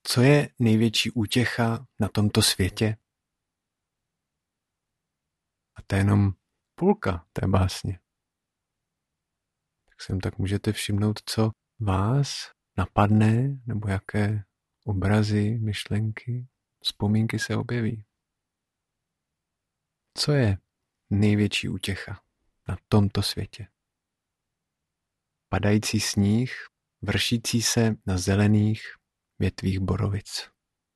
Co je největší útěcha na tomto světě? A to je jenom půlka té básně. Tak můžete všimnout, co vás napadne, nebo jaké obrazy, myšlenky, vzpomínky se objeví. Co je největší útěcha na tomto světě? Padající sníh, vršící se na zelených větvích borovic.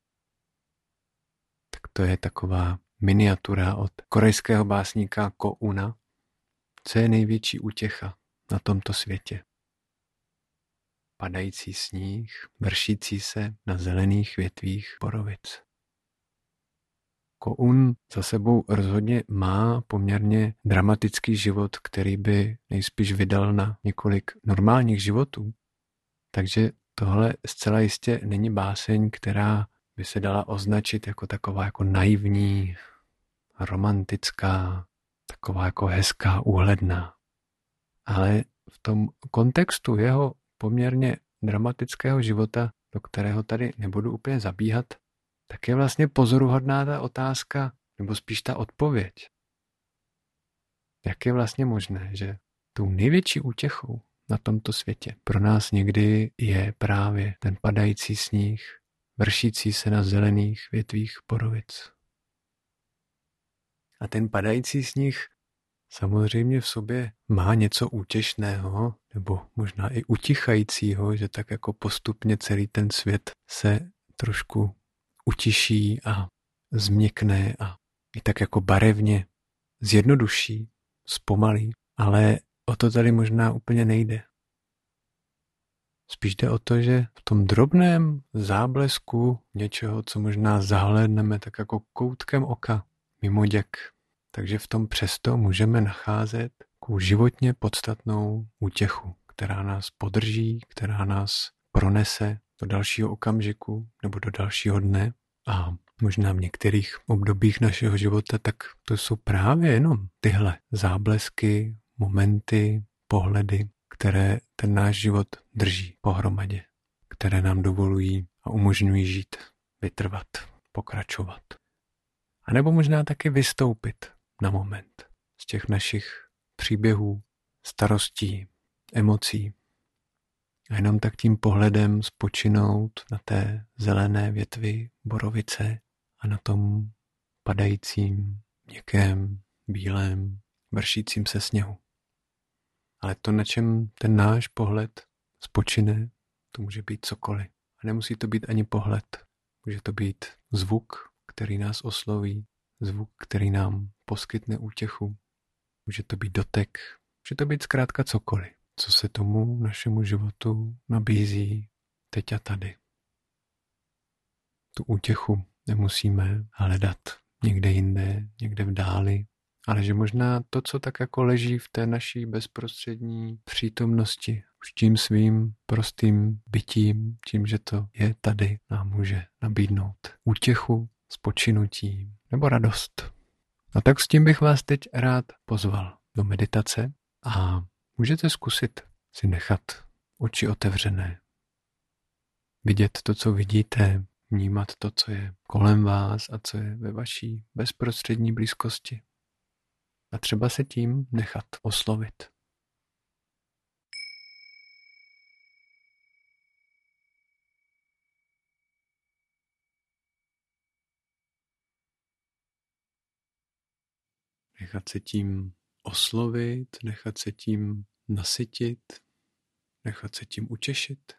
Tak to je taková miniatura od korejského básníka Ko Una. Co je největší útěcha na tomto světě? Padající sníh, vršící se na zelených větvích borovic. Ko Un za sebou rozhodně má poměrně dramatický život, který by nejspíš vydal na několik normálních životů. Takže tohle zcela jistě není báseň, která by se dala označit jako taková jako naivní, romantická, taková jako hezká, úhledná. Ale v tom kontextu jeho poměrně dramatického života, do kterého tady nebudu úplně zabíhat, tak je vlastně pozoruhodná ta otázka, nebo spíš ta odpověď. Jak je vlastně možné, že tou největší útěchou na tomto světě pro nás někdy je právě ten padající sníh, vršící se na zelených větvích borovic. A ten padající sníh samozřejmě v sobě má něco útěšného, nebo možná i utichajícího, že tak jako postupně celý ten svět se trošku utiší a změkne a i tak jako barevně zjednoduší, zpomalí, ale o to tady možná úplně nejde. Spíš jde o to, že v tom drobném záblesku něčeho, co možná zahlédneme tak jako koutkem oka, mimoděk, takže v tom přesto můžeme nacházet takovou životně podstatnou útěchu, která nás podrží, která nás pronese do dalšího okamžiku nebo do dalšího dne. A možná v některých obdobích našeho života, tak to jsou právě jenom tyhle záblesky, momenty, pohledy, které ten náš život drží pohromadě, které nám dovolují a umožňují žít, vytrvat, pokračovat. A nebo možná taky vystoupit na moment z těch našich příběhů, starostí, emocí. A jenom tak tím pohledem spočinout na té zelené větvi borovice a na tom padajícím, měkkém, bílém, vršícím se sněhu. Ale to, na čem ten náš pohled spočine, to může být cokoliv. A nemusí to být ani pohled. Může to být zvuk, který nás osloví, zvuk, který nám poskytne útěchu. Může to být dotek, může to být zkrátka cokoliv, co se tomu našemu životu nabízí teď a tady. Tu útěchu nemusíme hledat někde jinde, někde v dáli, ale že možná to, co tak jako leží v té naší bezprostřední přítomnosti, už tím svým prostým bytím, tím, že to je tady, nám může nabídnout útěchu, spočinutí nebo radost. A tak s tím bych vás teď rád pozval do meditace a můžete zkusit si nechat oči otevřené. Vidět to, co vidíte, vnímat to, co je kolem vás a co je ve vaší bezprostřední blízkosti. A třeba se tím nechat oslovit. Nechat se tím oslovit, nechat se tím nasytit, nechat se tím utěšit.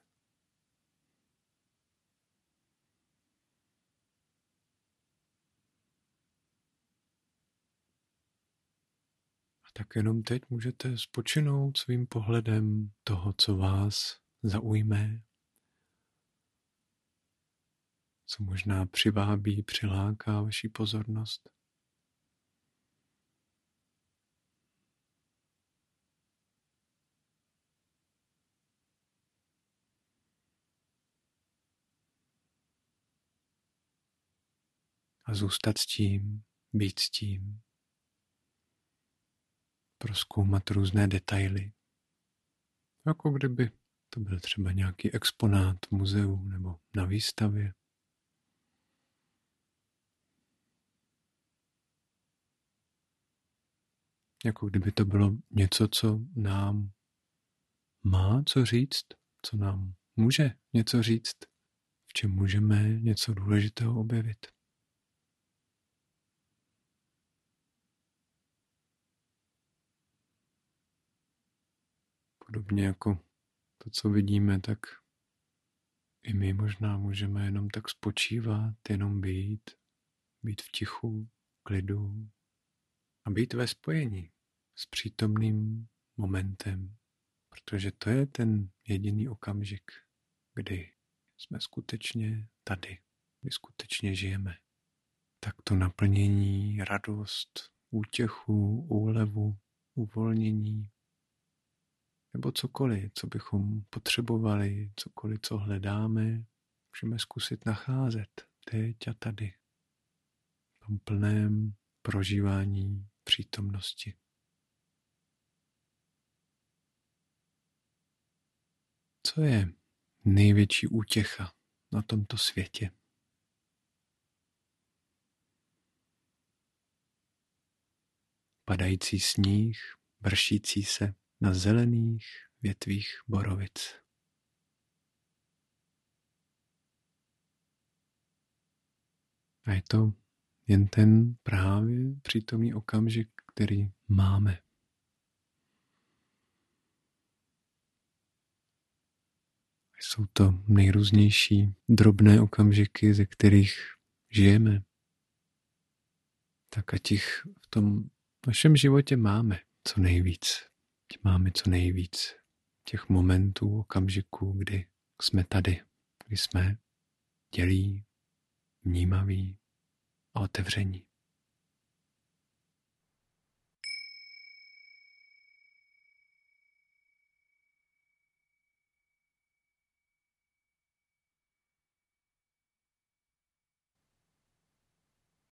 A tak jenom teď můžete spočinout svým pohledem toho, co vás zaujme, co možná přivábí, přiláká vaši pozornost. A zůstat s tím, být s tím, prozkoumat různé detaily. Jako kdyby to byl třeba nějaký exponát v muzeu nebo na výstavě. Jako kdyby to bylo něco, co nám má co říct, co nám může něco říct, v čem můžeme něco důležitého objevit. Podobně jako to, co vidíme, tak i my možná můžeme jenom tak spočívat, jenom být v tichu, klidu a být ve spojení s přítomným momentem, protože to je ten jediný okamžik, kdy jsme skutečně tady, kdy skutečně žijeme. Tak to naplnění, radost, útěchu, úlevu, uvolnění, nebo cokoliv, co bychom potřebovali, cokoliv, co hledáme, můžeme zkusit nacházet teď a tady, v tom plném prožívání přítomnosti. Co je největší útěcha na tomto světě? Padající sníh, vršící se na zelených větvích borovic. A je to jen ten právě přítomný okamžik, který máme. Jsou to nejrůznější drobné okamžiky, ze kterých žijeme. Tak ať jich v tom našem životě máme co nejvíc. Máme co nejvíc těch momentů, okamžiků, kdy jsme tady, kdy jsme dělí, vnímaví a otevření.